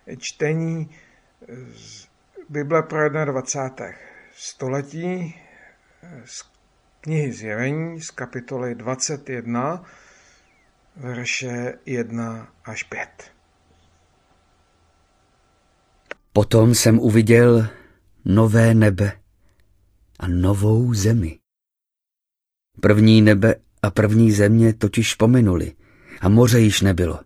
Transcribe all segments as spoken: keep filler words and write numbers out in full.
čtení z Bible pro dvacáté první století z knihy Zjevení z kapitoly dvacet jedna, verše jedna až pět. Potom jsem uviděl nové nebe a novou zemi. První nebe a první země totiž pominuli a moře již nebylo.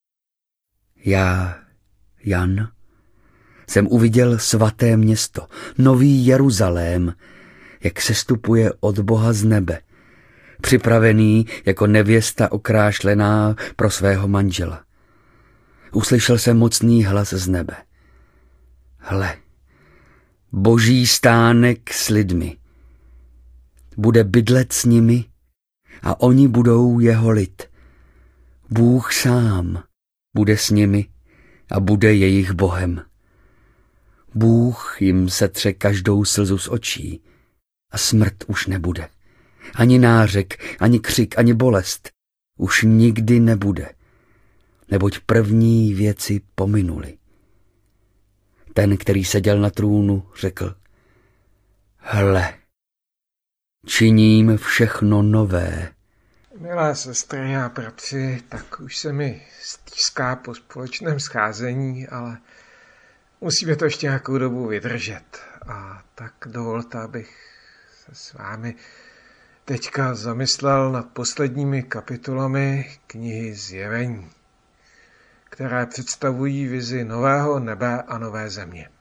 Já, Jan, jsem uviděl svaté město, nový Jeruzalém, jak sestupuje od Boha z nebe, připravený jako nevěsta okrášlená pro svého manžela. Uslyšel jsem mocný hlas z nebe. Hle, Boží stánek s lidmi. Bude bydlet s nimi a oni budou jeho lid. Bůh sám bude s nimi a bude jejich Bohem. Bůh jim setře každou slzu z očí a smrt už nebude. Ani nářek, ani křik, ani bolest už nikdy nebude, neboť první věci pominuly. Ten, který seděl na trůnu, řekl: Hle, činím všechno nové. Milé sestry a bratři, tak už se mi stýská po společném scházení, ale musíme to ještě nějakou dobu vydržet. A tak dovolte, abych se s vámi teďka zamyslel nad posledními kapitolami knihy Zjevení, které představují vizi nového nebe a nové země.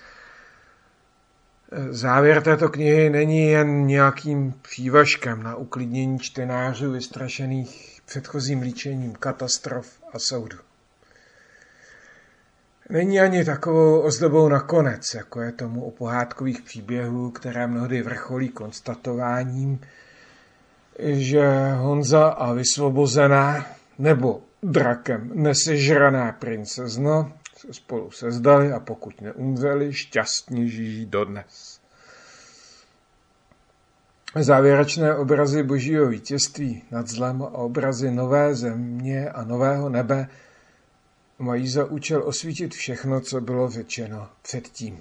Závěr této knihy není jen nějakým přívažkem na uklidnění čtenářů vystrašených předchozím líčením katastrof a soudu. Není ani takovou ozdobou nakonec, jako je tomu u pohádkových příběhů, které mnohdy vrcholí konstatováním, že Honza a vysvobozená nebo drakem nesežraná princezna se spolu sezdali a pokud neumřeli, šťastně žijí dodnes. Závěrečné obrazy božího vítězství nad zlem a obrazy nové země a nového nebe mají za účel osvítit všechno, co bylo řečeno předtím.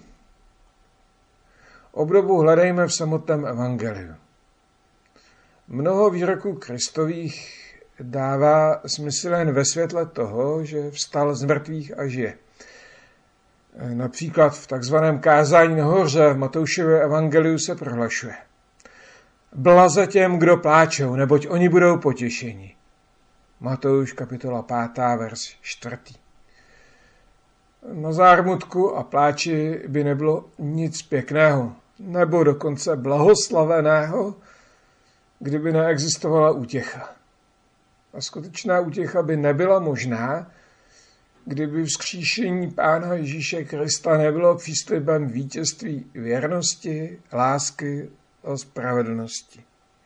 Obdobu hledejme v samotném evangeliu. Mnoho výroků Kristových dává smysl jen ve světle toho, že vstal z mrtvých a žije. Například v takzvaném kázání nahoře v Matoušově evangeliu se prohlašuje: Blaze těm, kdo pláčou, neboť oni budou potěšeni. Matouš kapitola pátá, verš čtvrtý. Na zármutku a pláči by nebylo nic pěkného, nebo dokonce blahoslaveného, kdyby neexistovala útěcha. A skutečná útěcha by nebyla možná, kdyby vzkříšení Pána Ježíše Krista nebylo příslibem vítězství věrnosti, lásky a spravedlnosti.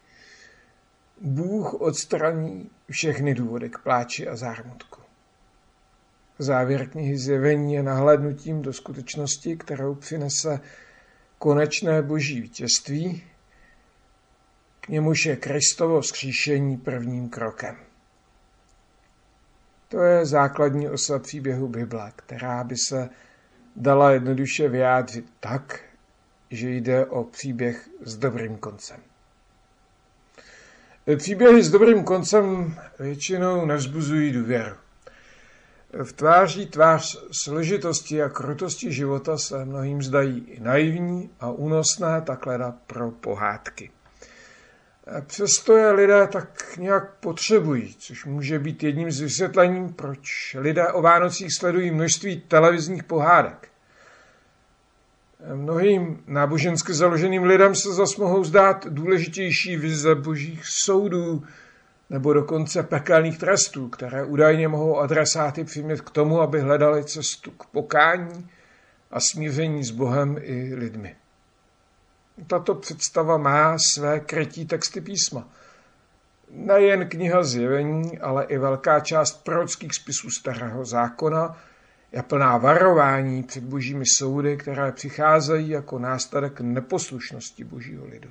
Bůh odstraní všechny důvody k pláči a zármutku. Závěr knihy Zjevení je nahlédnutím do skutečnosti, kterou přinese konečné boží vítězství, k němuž je Kristovo vzkříšení prvním krokem. To je základní osa příběhu Bible, která by se dala jednoduše vyjádřit tak, že jde o příběh s dobrým koncem. Příběhy s dobrým koncem většinou nevzbuzují důvěru. V tváří tvář složitosti a krutosti života se mnohým zdají i naivní a únosné, tak leda pro pohádky. Přesto je lidé tak nějak potřebují, což může být jedním z vysvětlení, proč lidé o Vánocích sledují množství televizních pohádek. Mnohým nábožensky založeným lidem se zas mohou zdát důležitější vize božích soudů nebo dokonce pekelných trestů, které údajně mohou adresáty přimět k tomu, aby hledali cestu k pokání a smíření s Bohem i lidmi. Tato představa má své krytí texty písma. Nejen kniha Zjevení, ale i velká část prorockých spisů Starého zákona je plná varování před božími soudy, které přicházejí jako následek neposlušnosti božího lidu.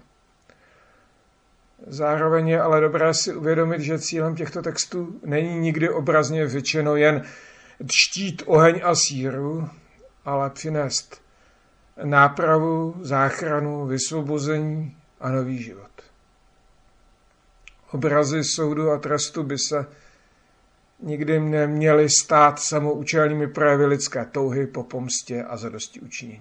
Zároveň je ale dobré si uvědomit, že cílem těchto textů není nikdy obrazně řečeno jen dštít oheň a síru, ale přinést nápravu, záchranu, vysvobození a nový život. Obrazy soudu a trestu by se nikdy neměly stát samoučelnými projevy lidské touhy po pomstě a zadosti učinění.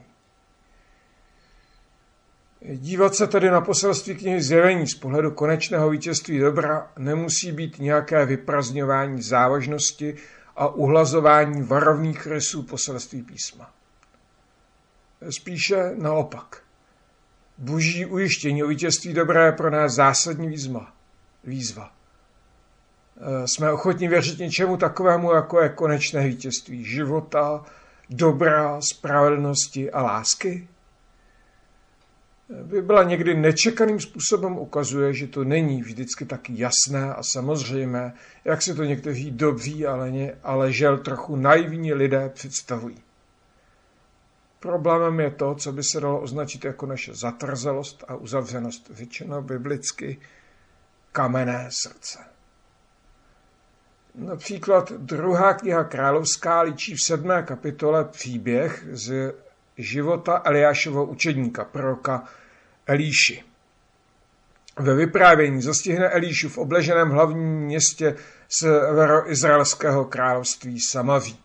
Dívat se tedy na poselství knihy Zjevení z pohledu konečného vítězství dobra nemusí být nějaké vyprazňování závažnosti a uhlazování varovných rysů poselství písma. Spíše naopak. Boží ujištění o vítězství dobra je pro nás zásadní výzva. výzva. Jsme ochotní věřit něčemu takovému, jako je konečné vítězství života, dobra, spravedlnosti a lásky? Bible někdy nečekaným způsobem ukazuje, že to není vždycky tak jasné a samozřejmé, jak se to někteří dobří, ale, ne, ale žel trochu naivní lidé představují. Problémem je to, co by se dalo označit jako naše zatvrzelost a uzavřenost, většinou biblicky kamenné srdce. Například druhá kniha Královská líčí v sedmé kapitole příběh z života Eliášova učedníka, proroka Elíši. Ve vyprávění zastihne Elíšu v obleženém hlavním městě severoizraelského království Samaří.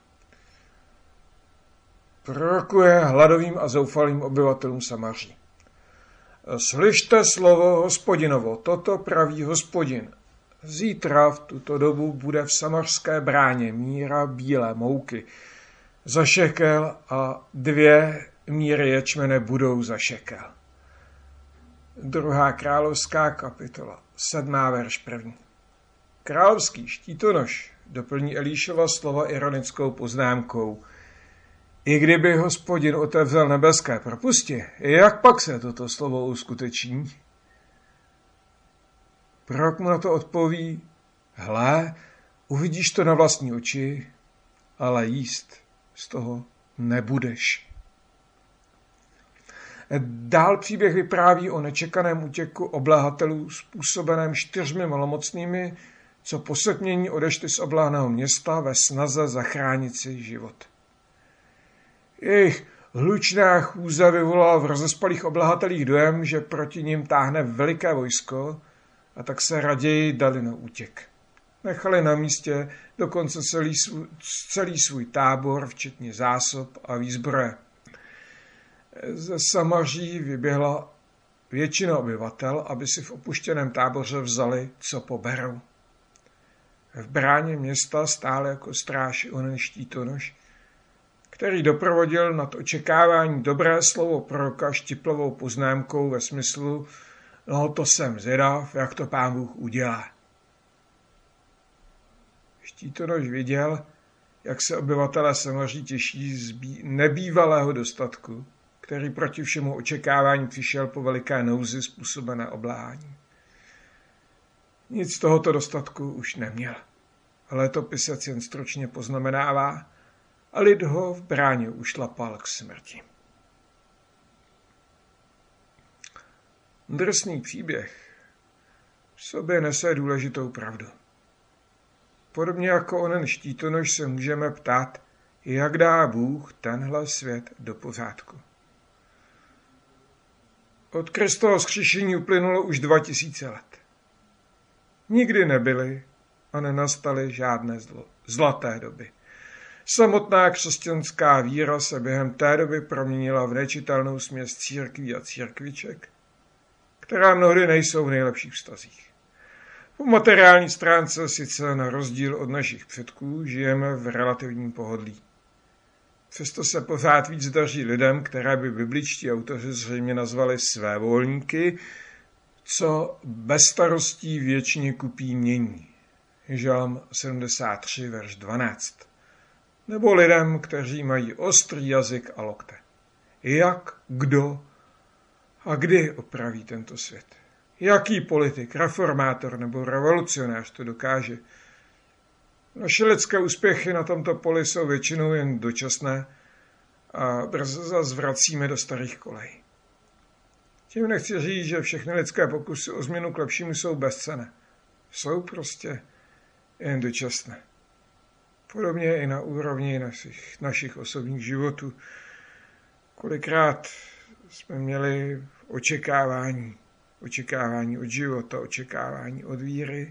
Prorokuje hladovým a zoufalým obyvatelům Samaří. Slyšte slovo Hospodinovo, toto praví Hospodin. Zítra v tuto dobu bude v samarské bráně míra bílé mouky za šekel a dvě míry ječmene budou za šekel. Druhá královská kapitola, sedmá verš první. Královský štítonoš doplní Elíšova slova ironickou poznámkou. I kdyby Hospodin otevřel nebeské propusti, jak pak se toto slovo uskuteční? Prorok mu na to odpoví, hle, uvidíš to na vlastní oči, ale jíst z toho nebudeš. Dál příběh vypráví o nečekaném útěku obléhatelů způsobeném čtyřmi malomocnými, co po setmění odešli z obléhaného města ve snaze zachránit si život. Jejich hlučná chůze vyvolala v rozespalých obléhatelích dojem, že proti nim táhne veliké vojsko, a tak se raději dali na útěk. Nechali na místě dokonce celý svůj, celý svůj tábor, včetně zásob a výzbroje. Ze Samaří vyběhla většina obyvatel, aby si v opuštěném táboře vzali, co poberou. V bráně města stál jako stráž onen štítonoš, který doprovodil nad očekávání dobré slovo proroka štiplovou poznámkou ve smyslu no to jsem zvědav, jak to Pán Bůh udělá. Štítonoš viděl, jak se obyvatelé Samaří těší z nebývalého dostatku, který proti všemu očekávání přišel po veliké nouzi způsobené obléhání. Nic z tohoto dostatku už neměl. Letopisec jen stručně poznamenává a lid ho v bráně ušlapal k smrti. Drsný příběh v sobě nese důležitou pravdu. Podobně jako onen štítonoš se můžeme ptát, jak dá Bůh tenhle svět do pořádku. Od Kristova vzkříšení uplynulo už dva tisíce let. Nikdy nebyly a nenastaly žádné zlo, zlaté doby. Samotná křesťanská víra se během té doby proměnila v nečitelnou směs církví a církviček, která mnohdy nejsou v nejlepších vztazích. Po materiální stránce sice na rozdíl od našich předků žijeme v relativním pohodlí. Přesto se pořád víc daří lidem, které by bibličtí autoři zřejmě nazvali svévolníky, co bez starostí věčně kupí mění. Žalm sedmdesát tři, verš dvanáct. Nebo lidem, kteří mají ostrý jazyk a lokte. Jak, kdo a kdy opraví tento svět? Jaký politik, reformátor nebo revolucionář to dokáže? Naše lidské úspěchy na tomto poli jsou většinou jen dočasné a brzy zas vracíme do starých kolejí. Tím nechci říct, že všechny lidské pokusy o změnu k lepšímu jsou bezcenné. Jsou prostě jen dočasné. Podobně i na úrovni našich, našich osobních životů. Kolikrát jsme měli očekávání, očekávání od života, očekávání od víry,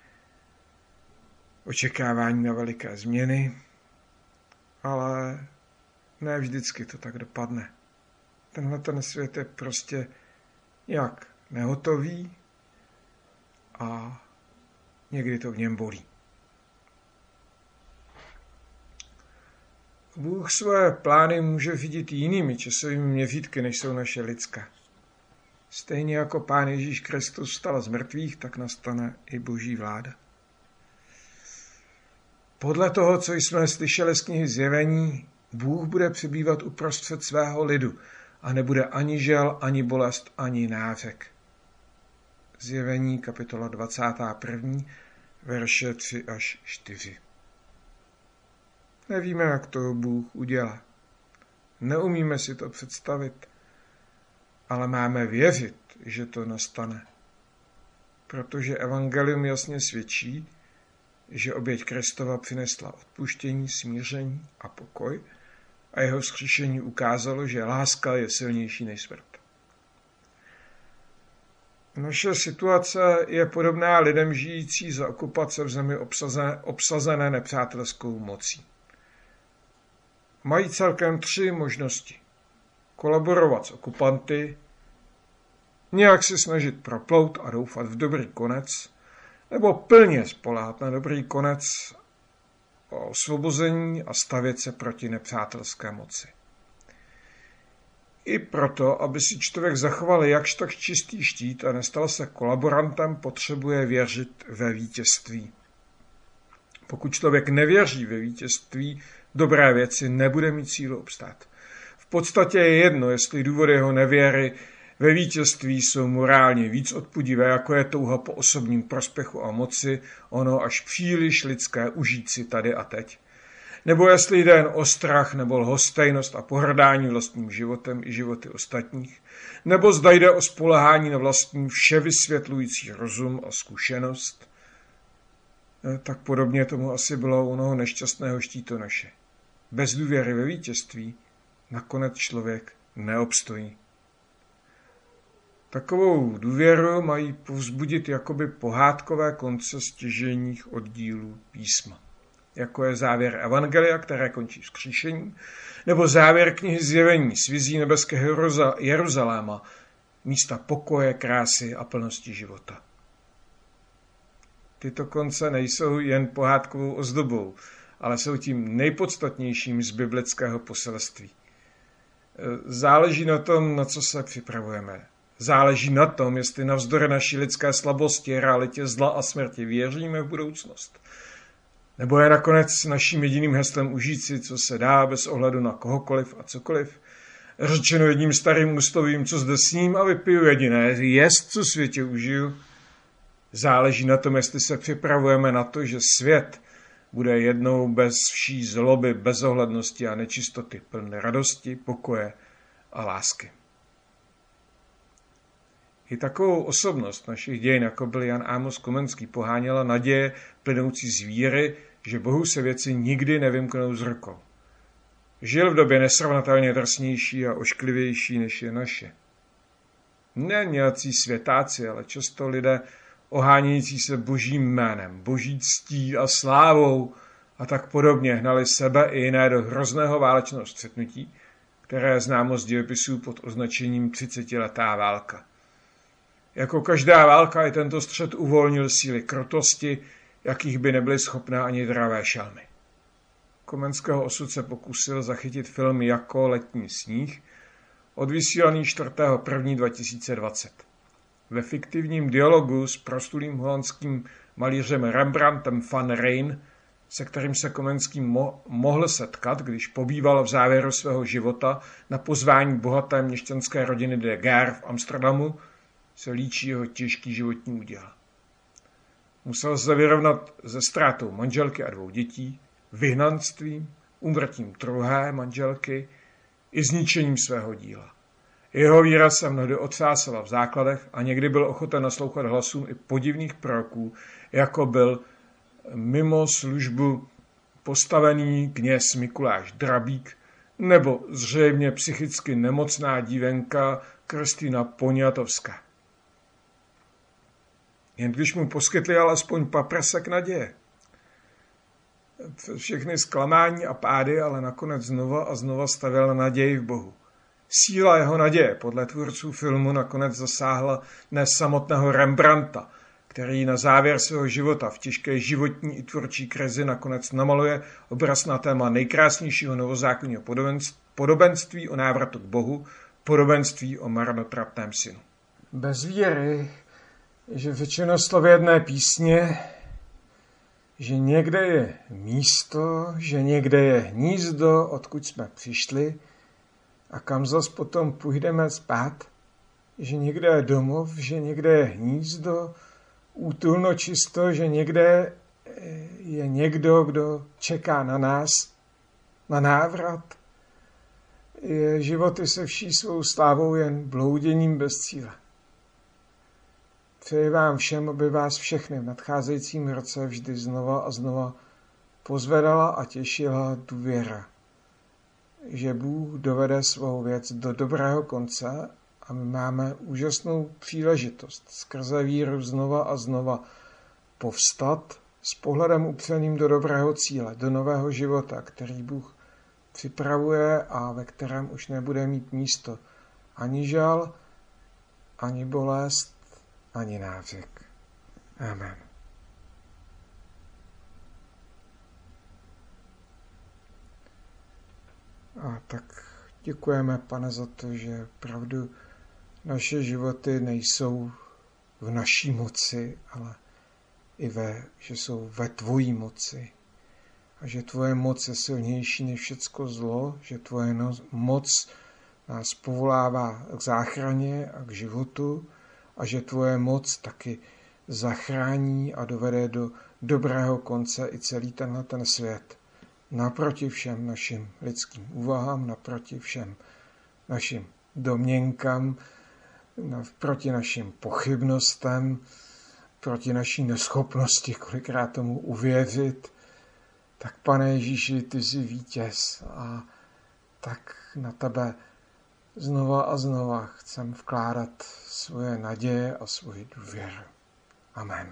očekávání na veliké změny, ale ne vždycky to tak dopadne. Tenhle ten svět je prostě nějak nehotový a někdy to v něm bolí. Bůh své plány může vidět jinými časovými měřítky, než jsou naše lidská. Stejně jako Pán Ježíš Kristus vstal z mrtvých, tak nastane i Boží vláda. Podle toho, co jsme slyšeli z knihy Zjevení, Bůh bude přebývat uprostřed svého lidu a nebude ani žel, ani bolest, ani nářek. Zjevení kapitola dvacátá první, verše tři až čtyři. Nevíme, jak to Bůh udělá. Neumíme si to představit, ale máme věřit, že to nastane. Protože evangelium jasně svědčí, že oběť Kristova přinesla odpuštění, smíření a pokoj a jeho vzkříšení ukázalo, že láska je silnější než smrt. Naše situace je podobná lidem žijící za okupace v zemi obsazené, obsazené nepřátelskou mocí. Mají celkem tři možnosti. Kolaborovat s okupanty, nějak se snažit proplout a doufat v dobrý konec, nebo plně spoléhat na dobrý konec o osvobození a stavět se proti nepřátelské moci. I proto, aby si člověk zachoval jakž tak čistý štít a nestal se kolaborantem, potřebuje věřit ve vítězství. Pokud člověk nevěří ve vítězství, dobré věci nebude mít sílu obstát. V podstatě je jedno, jestli důvody jeho nevěry ve vítězství jsou morálně víc odpudivé, jako je touha po osobním prospěchu a moci, ono až příliš lidské užít si tady a teď. Nebo jestli jde jen o strach nebo lhostejnost a pohrdání vlastním životem i životy ostatních, nebo zda jde o spolehání na vlastní vše vysvětlující rozum a zkušenost, tak podobně tomu asi bylo u onoho nešťastného štítonoše. Bez důvěry ve vítězství nakonec člověk neobstojí. Takovou důvěru mají povzbudit jakoby pohádkové konce stěžejních oddílů písma, jako je závěr Evangelia, které končí vzkříšením, nebo závěr knihy Zjevení s vizí nebeského Jeruzaléma, místa pokoje, krásy a plnosti života. Tyto konce nejsou jen pohádkovou ozdobou, ale jsou tím nejpodstatnějším z biblického poselství. Záleží na tom, na co se připravujeme. Záleží na tom, jestli navzdory naší lidské slabosti, realitě zla a smrti věříme v budoucnost. Nebo je nakonec naším jediným heslem užít si, co se dá, bez ohledu na kohokoliv a cokoliv. Řečeno jedním starým úslovím, co zde sním a vypiju jediné, jest, co světě užiju. Záleží na tom, jestli se připravujeme na to, že svět bude jednou bez vší zloby, bezohlednosti a nečistoty, plné radosti, pokoje a lásky. I takovou osobnost našich dějin, jako byl Jan Amos Komenský, poháněla naděje plynoucí z víry, že Bohu se věci nikdy nevymknou z rukou. Žil v době nesrovnatelně drsnější a ošklivější, než je naše. Ne nějací světáci, ale často lidé ohánějící se božím jménem, boží ctí a slávou a tak podobně hnali sebe i jiné do hrozného válečného střetnutí, které je známo z dějepisů pod označením třicetiletá válka. Jako každá válka i tento střet uvolnil síly krotosti, jakých by nebyly schopné ani dravé šelmy. Komenského osud se pokusil zachytit film Jako letní sníh, odvysílaný čtvrtého prvního dva tisíce dvacet. Ve fiktivním dialogu s prostulým holandským malířem Rembrandtem van Rijn, se kterým se Komenský mo- mohl setkat, když pobýval v závěru svého života na pozvání bohaté měšťanské rodiny de Geer v Amsterdamu, se líčí jeho těžký životní úděl. Musel se vyrovnat se ztrátou manželky a dvou dětí, vyhnanstvím, úmrtím druhé manželky i zničením svého díla. Jeho víra se mnohdy otřásala v základech a někdy byl ochoten naslouchat hlasům i podivných proroků, jako byl mimo službu postavený kněz Mikuláš Drabík nebo zřejmě psychicky nemocná dívenka Kristýna Poniatovská. Jen když mu poskytli alespoň paprsek naděje. Všechny zklamání a pády, ale nakonec znova a znova stavěl na naději v Bohu. Síla jeho naděje podle tvůrců filmu nakonec zasáhla dnes samotného Rembrandta, který na závěr svého života v těžké životní i tvůrčí krizi nakonec namaluje obraz na téma nejkrásnějšího novozákonního podobenství o návratu k Bohu, podobenství o marnotratném synu. Bez víry, že většinoslovědné písně, že někde je místo, že někde je hnízdo, odkud jsme přišli a kam zas potom půjdeme spát, že někde je domov, že někde je hnízdo, útulno čisto, že někde je někdo, kdo čeká na nás, na návrat. Je životy se vší svou slávou jen blouděním bez cíle. Přeji vám všem, aby vás všechny v nadcházejícím roce vždy znova a znova pozvedala a těšila důvěra, že Bůh dovede svou věc do dobrého konce a my máme úžasnou příležitost skrze víru znova a znova povstat s pohledem upřeným do dobrého cíle, do nového života, který Bůh připravuje a ve kterém už nebude mít místo ani žal, ani bolest, ani návřek. Amen. A tak děkujeme, Pane, za to, že opravdu naše životy nejsou v naší moci, ale i ve, že jsou ve tvojí moci. A že tvoje moc je silnější než všecko zlo, že tvoje no, moc nás povolává k záchraně a k životu a že tvoje moc taky zachrání a dovede do dobrého konce i celý tenhle ten svět. Naproti všem našim lidským úvahám, naproti všem našim domněnkám, proti našim pochybnostem, proti naší neschopnosti kolikrát tomu uvěřit, tak, Pane Ježíši, ty jsi vítěz a tak na tebe znova a znova chcem vkládat svoje naděje a svoji důvěru. Amen.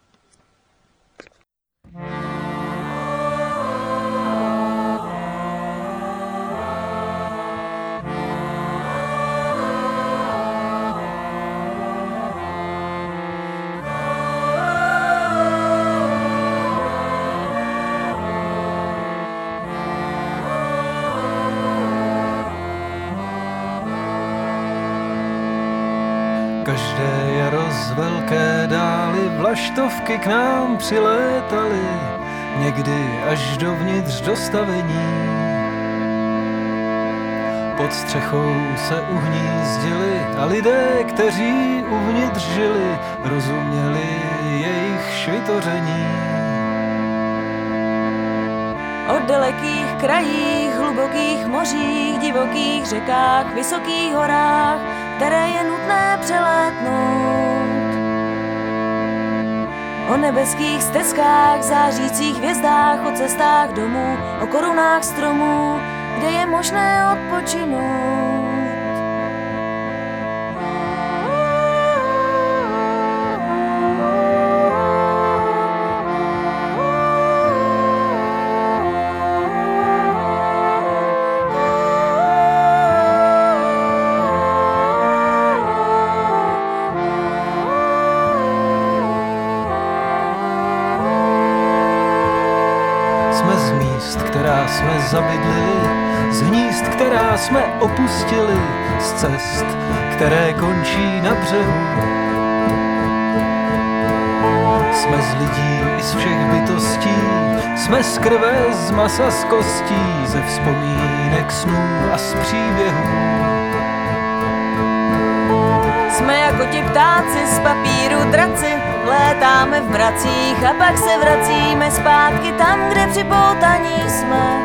Každé jaro z velké dály vlaštovky k nám přilétaly, někdy až dovnitř do stavení. Pod střechou se uhnízdili a lidé, kteří uvnitř žili, rozuměli jejich švitoření. O dalekých krajích, hlubokých mořích, divokých řekách, vysokých horách, které je nutné přelétnout. O nebeských stezkách, zářících hvězdách, o cestách domů, o korunách stromů, kde je možné odpočinout. Která jsme zabydlili, z hnízd, která jsme opustili, z cest, které končí na břehu. Jsme z lidí i z všech bytostí, jsme z krve, z masa, z kostí, ze vzpomínek, snů a z příběhů. Jsme jako ti ptáci z papíru draci, létáme v mracích a pak se vracíme zpátky tam, kde připoutaní jsme.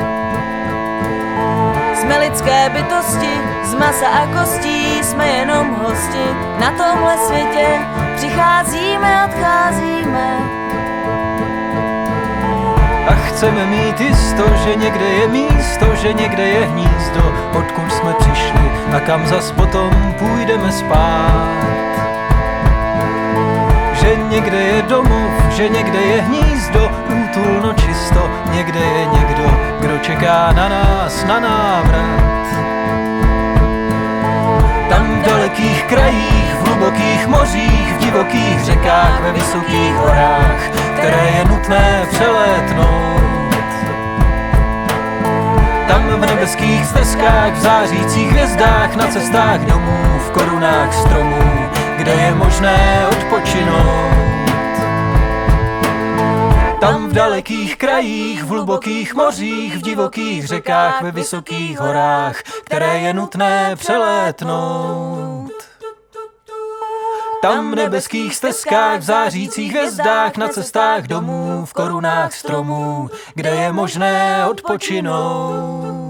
Jsme lidské bytosti, z masa a kostí, jsme jenom hosti na tomhle světě, přicházíme, odcházíme. A chceme mít jisto, že někde je místo, že někde je hnízdo, odkud jsme přišli a kam zas potom půjdeme spát. Že někde je domov, že někde je hnízdo, útulno čisto, někde je někdo, kdo čeká na nás, na návrat. Tam v dalekých krajích, v hlubokých mořích, v divokých řekách, ve vysokých horách, které je nutné přelétnout. Tam v nebeských stezkách, v zářících hvězdách, na cestách domů, v korunách stromů, kde je možné odpočinout. Tam v dalekých krajích, v hlubokých mořích, v divokých řekách, ve vysokých horách, které je nutné přelétnout. Tam v nebeských stezkách, v zářících hvězdách, na cestách domů, v korunách stromů, kde je možné odpočinout.